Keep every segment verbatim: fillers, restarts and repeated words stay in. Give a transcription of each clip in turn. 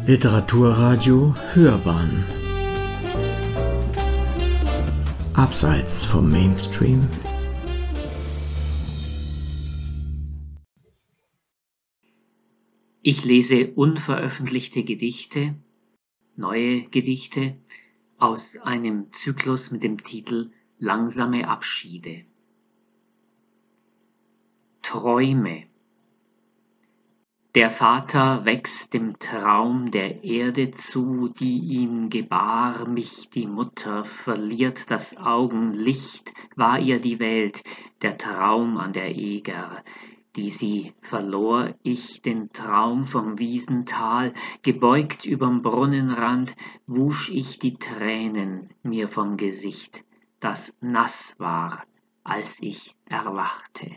Literaturradio Hörbahn Abseits vom Mainstream. Ich lese unveröffentlichte Gedichte, neue Gedichte aus einem Zyklus mit dem Titel Langsame Abschiede. Träume. Der Vater wächst dem Traum der Erde zu, die ihn gebar, mich die Mutter verliert das Augenlicht, war ihr die Welt, der Traum an der Eger, die sie verlor ich den Traum vom Wiesental, gebeugt überm Brunnenrand, wusch ich die Tränen mir vom Gesicht, das nass war, als ich erwachte.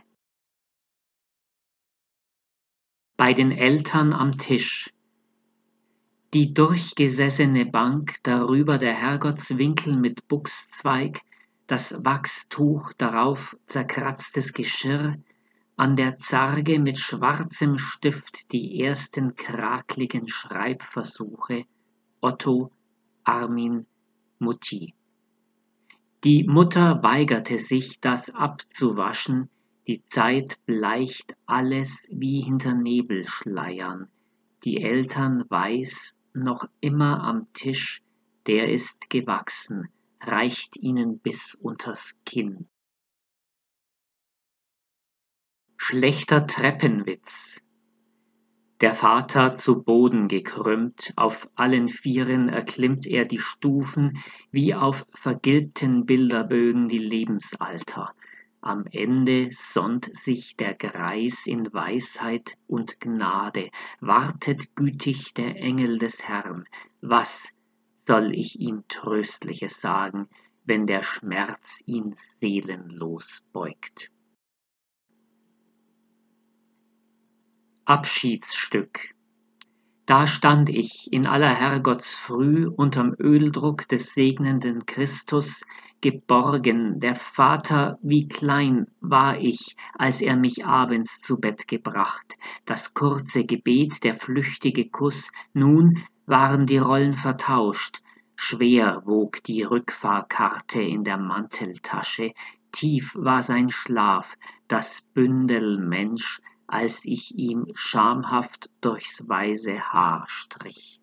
Bei den Eltern am Tisch. Die durchgesessene Bank, darüber der Herrgottswinkel mit Buchszweig, das Wachstuch, darauf zerkratztes Geschirr, an der Zarge mit schwarzem Stift die ersten krakligen Schreibversuche, Otto, Armin, Mutti. Die Mutter weigerte sich, das abzuwaschen, die Zeit bleicht alles wie hinter Nebelschleiern. Die Eltern weiß, noch immer am Tisch, der ist gewachsen, reicht ihnen bis unters Kinn. Schlechter Treppenwitz. Der Vater zu Boden gekrümmt, auf allen Vieren erklimmt er die Stufen, wie auf vergilbten Bilderbögen die Lebensalter. Am Ende sonnt sich der Greis in Weisheit und Gnade, wartet gütig der Engel des Herrn. Was soll ich ihm Tröstliches sagen, wenn der Schmerz ihn seelenlos beugt? Abschiedsstück. Da stand ich in aller Herrgottsfrüh unterm Öldruck des segnenden Christus, geborgen, der Vater, wie klein war ich, als er mich abends zu Bett gebracht, das kurze Gebet, der flüchtige Kuss, nun waren die Rollen vertauscht, schwer wog die Rückfahrkarte in der Manteltasche, tief war sein Schlaf, das Bündel Mensch, als ich ihm schamhaft durchs weiße Haar strich.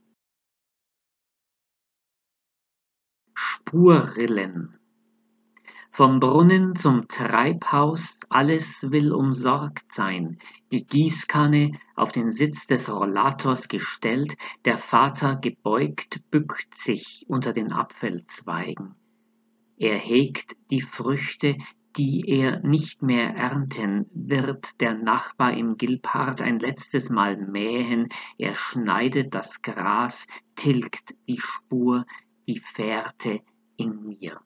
Spurrillen. Vom Brunnen zum Treibhaus, alles will umsorgt sein, die Gießkanne auf den Sitz des Rollators gestellt, der Vater gebeugt bückt sich unter den Apfelzweigen. Er hegt die Früchte, die er nicht mehr ernten wird, der Nachbar im Gilpart ein letztes Mal mähen, er schneidet das Gras, tilgt die Spur, die Fährte in mir.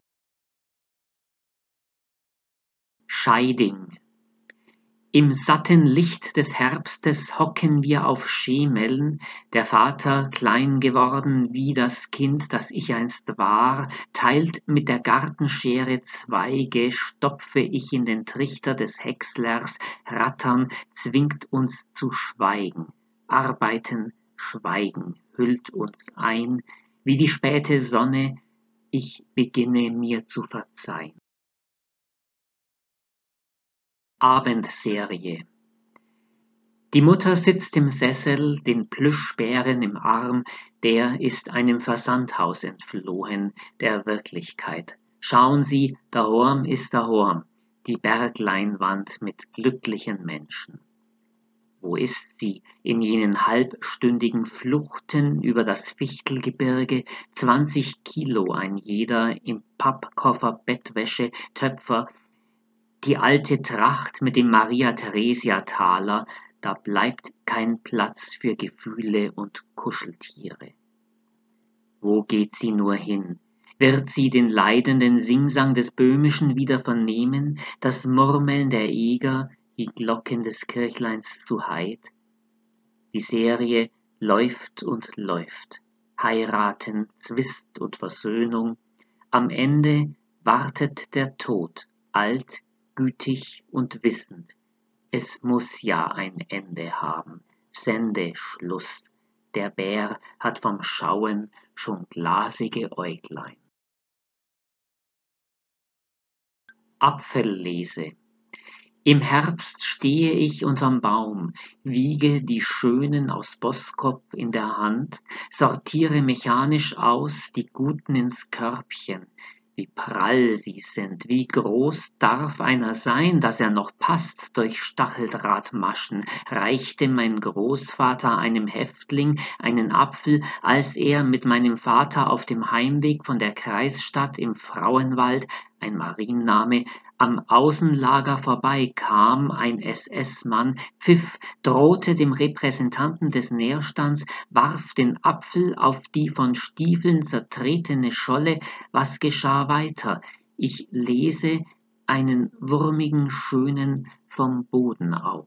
Scheiding. Im satten Licht des Herbstes hocken wir auf Schemellen, der Vater, klein geworden wie das Kind, das ich einst war, teilt mit der Gartenschere Zweige, stopfe ich in den Trichter des Häckslers, Rattern zwingt uns zu schweigen, Arbeiten, Schweigen hüllt uns ein, wie die späte Sonne, ich beginne mir zu verzeihen. Abendserie. Die Mutter sitzt im Sessel, den Plüschbären im Arm, der ist einem Versandhaus entflohen, der Wirklichkeit. Schauen Sie, dahoam ist dahoam, die Bergleinwand mit glücklichen Menschen. Wo ist sie in jenen halbstündigen Fluchten über das Fichtelgebirge, zwanzig Kilo ein jeder, im Pappkoffer Bettwäsche, Töpfer, die alte Tracht mit dem Maria-Theresia-Taler, da bleibt kein Platz für Gefühle und Kuscheltiere. Wo geht sie nur hin? Wird sie den leidenden Singsang des Böhmischen wieder vernehmen, das Murmeln der Eger, die Glocken des Kirchleins zu Heid? Die Serie läuft und läuft. Heiraten, Zwist und Versöhnung. Am Ende wartet der Tod, alt, gütig und wissend. Es muss ja ein Ende haben. Sende Schluss. der Bär hat vom Schauen schon glasige Äuglein. Apfellese. Im Herbst stehe ich unterm Baum, wiege die Schönen aus Boskop in der Hand, sortiere mechanisch aus die Guten ins Körbchen. Wie prall sie sind, wie groß darf einer sein, dass er noch passt durch Stacheldrahtmaschen, reichte mein Großvater einem Häftling einen Apfel, als er mit meinem Vater auf dem Heimweg von der Kreisstadt im Frauenwald, ein Marienname, am Außenlager vorbeikam, ein S S-Mann, pfiff, drohte dem Repräsentanten des Nährstands, warf den Apfel auf die von Stiefeln zertretene Scholle. Was geschah weiter? Ich lese einen wurmigen Schönen vom Boden auf.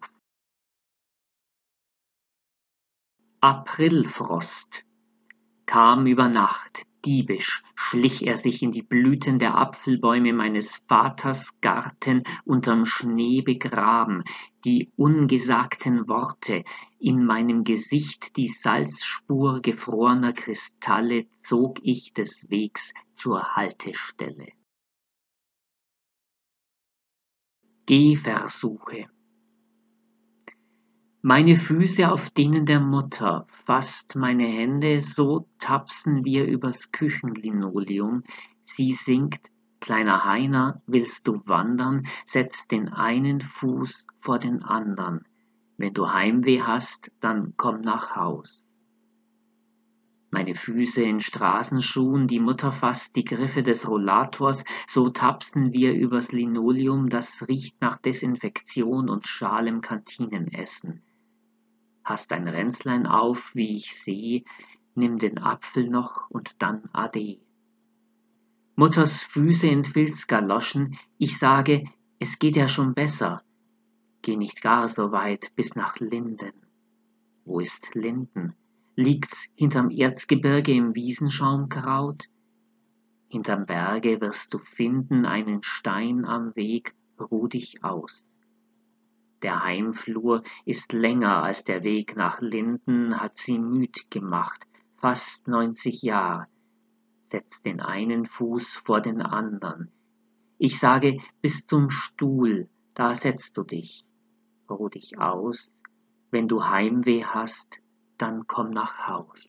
Aprilfrost kam über Nacht. Diebisch schlich er sich in die Blüten der Apfelbäume meines Vaters Garten unterm Schnee begraben, die ungesagten Worte, in meinem Gesicht die Salzspur gefrorener Kristalle zog ich des Wegs zur Haltestelle. Gehversuche. Meine Füße auf denen der Mutter, fasst meine Hände, so tapsen wir übers Küchenlinoleum. Sie singt, kleiner Heiner, willst du wandern, setzt den einen Fuß vor den andern. Wenn du Heimweh hast, dann komm nach Haus. Meine Füße in Straßenschuhen, die Mutter fasst die Griffe des Rollators, so tapsen wir übers Linoleum, das riecht nach Desinfektion und schalem Kantinenessen. Hast ein Ränzlein auf, wie ich seh, nimm den Apfel noch und dann Ade. Mutters Füße in Filzgaloschen, ich sage, es geht ja schon besser. Geh nicht gar so weit bis nach Linden. Wo ist Linden? Liegt's hinterm Erzgebirge im Wiesenschaumkraut? Hinterm Berge wirst du finden einen Stein am Weg, ruh dich aus. Der Heimflur ist länger als der Weg nach Linden, hat sie müd gemacht, fast neunzig Jahr. Setz den einen Fuß vor den andern. Ich sage, bis zum Stuhl, da setzt du dich. Ruh dich aus. Wenn du Heimweh hast, dann komm nach Haus.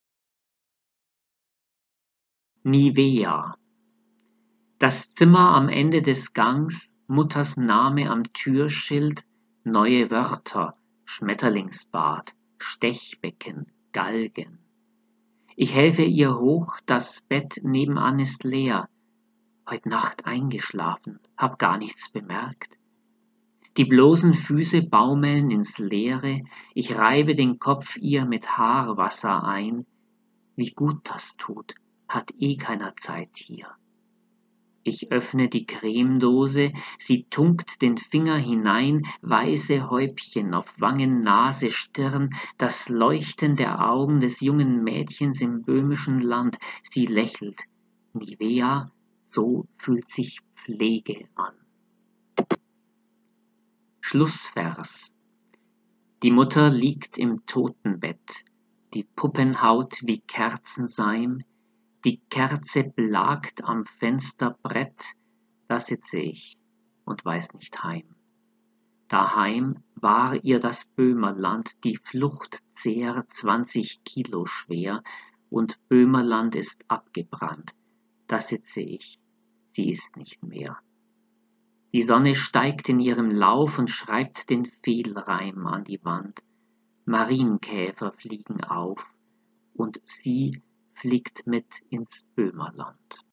Nivea. Das Zimmer am Ende des Gangs, Mutters Name am Türschild, neue Wörter, Schmetterlingsbad, Stechbecken, Galgen. Ich helfe ihr hoch, das Bett nebenan ist leer. Heut Nacht eingeschlafen, hab gar nichts bemerkt. Die bloßen Füße baumeln ins Leere, ich reibe den Kopf ihr mit Haarwasser ein. Wie gut das tut, hat eh keiner Zeit hier. Ich öffne die Cremedose, sie tunkt den Finger hinein, weiße Häubchen auf Wangen, Nase, Stirn, das Leuchten der Augen des jungen Mädchens im böhmischen Land. Sie lächelt. Nivea, so fühlt sich Pflege an. Schlussvers. Die Mutter liegt im Totenbett, die Puppenhaut wie Kerzenseim, die Kerze blakt am Fensterbrett, da sitze ich und weiß nicht heim. Daheim war ihr das Böhmerland, die Flucht zähr zwanzig Kilo schwer, und Böhmerland ist abgebrannt, da sitze ich, sie ist nicht mehr. Die Sonne steigt in ihrem Lauf und schreibt den Fehlreim an die Wand. Marienkäfer fliegen auf, und sie fliegt mit ins Böhmerland.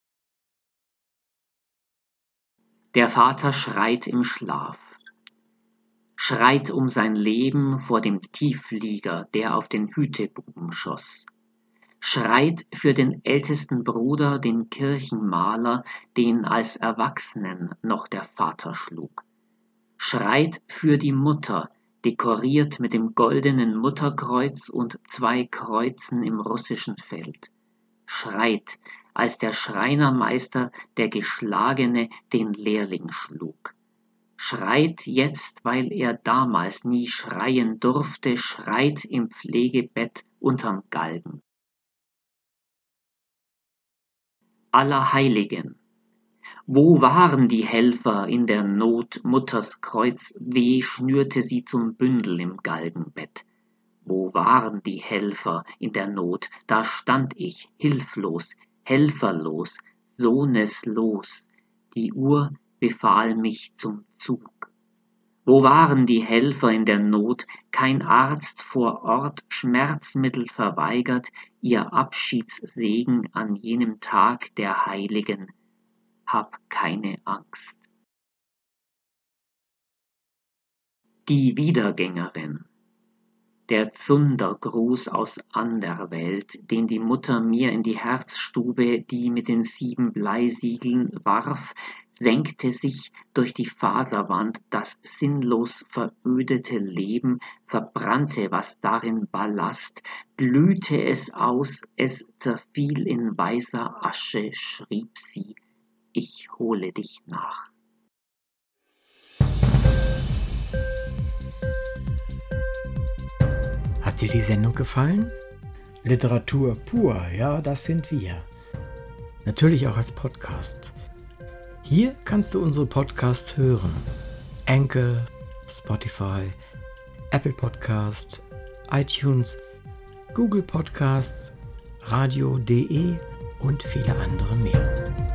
Der Vater schreit im Schlaf, schreit um sein Leben vor dem Tiefflieger, der auf den Hütebuben schoss, schreit für den ältesten Bruder, den Kirchenmaler, den als Erwachsenen noch der Vater schlug, schreit für die Mutter, dekoriert mit dem goldenen Mutterkreuz und zwei Kreuzen im russischen Feld, schreit, als der Schreinermeister, der Geschlagene, den Lehrling schlug, schreit jetzt, weil er damals nie schreien durfte, schreit im Pflegebett unterm Galgen. Allerheiligen. Wo waren die Helfer in der Not? Mutters Kreuz weh schnürte sie zum Bündel im Galgenbett. Wo waren die Helfer in der Not? Da stand ich, hilflos, helferlos, sohneslos. Die Uhr befahl mich zum Zug. Wo waren die Helfer in der Not? Kein Arzt vor Ort, Schmerzmittel verweigert, ihr Abschiedssegen an jenem Tag der Heiligen. Hab keine Angst. Die Wiedergängerin. Der Zundergruß aus Anderwelt, den die Mutter mir in die Herzstube, die mit den sieben Bleisiegeln, warf, senkte sich durch die Faserwand, das sinnlos verödete Leben, verbrannte, was darin Ballast, glühte es aus, es zerfiel in weißer Asche, schrieb sie, ich hole dich nach. Hat dir die Sendung gefallen? Literatur pur, ja, das sind wir. Natürlich auch als Podcast. Hier kannst du unsere Podcasts hören. Anchor, Spotify, Apple Podcasts, iTunes, Google Podcasts, radio punkt de und viele andere mehr.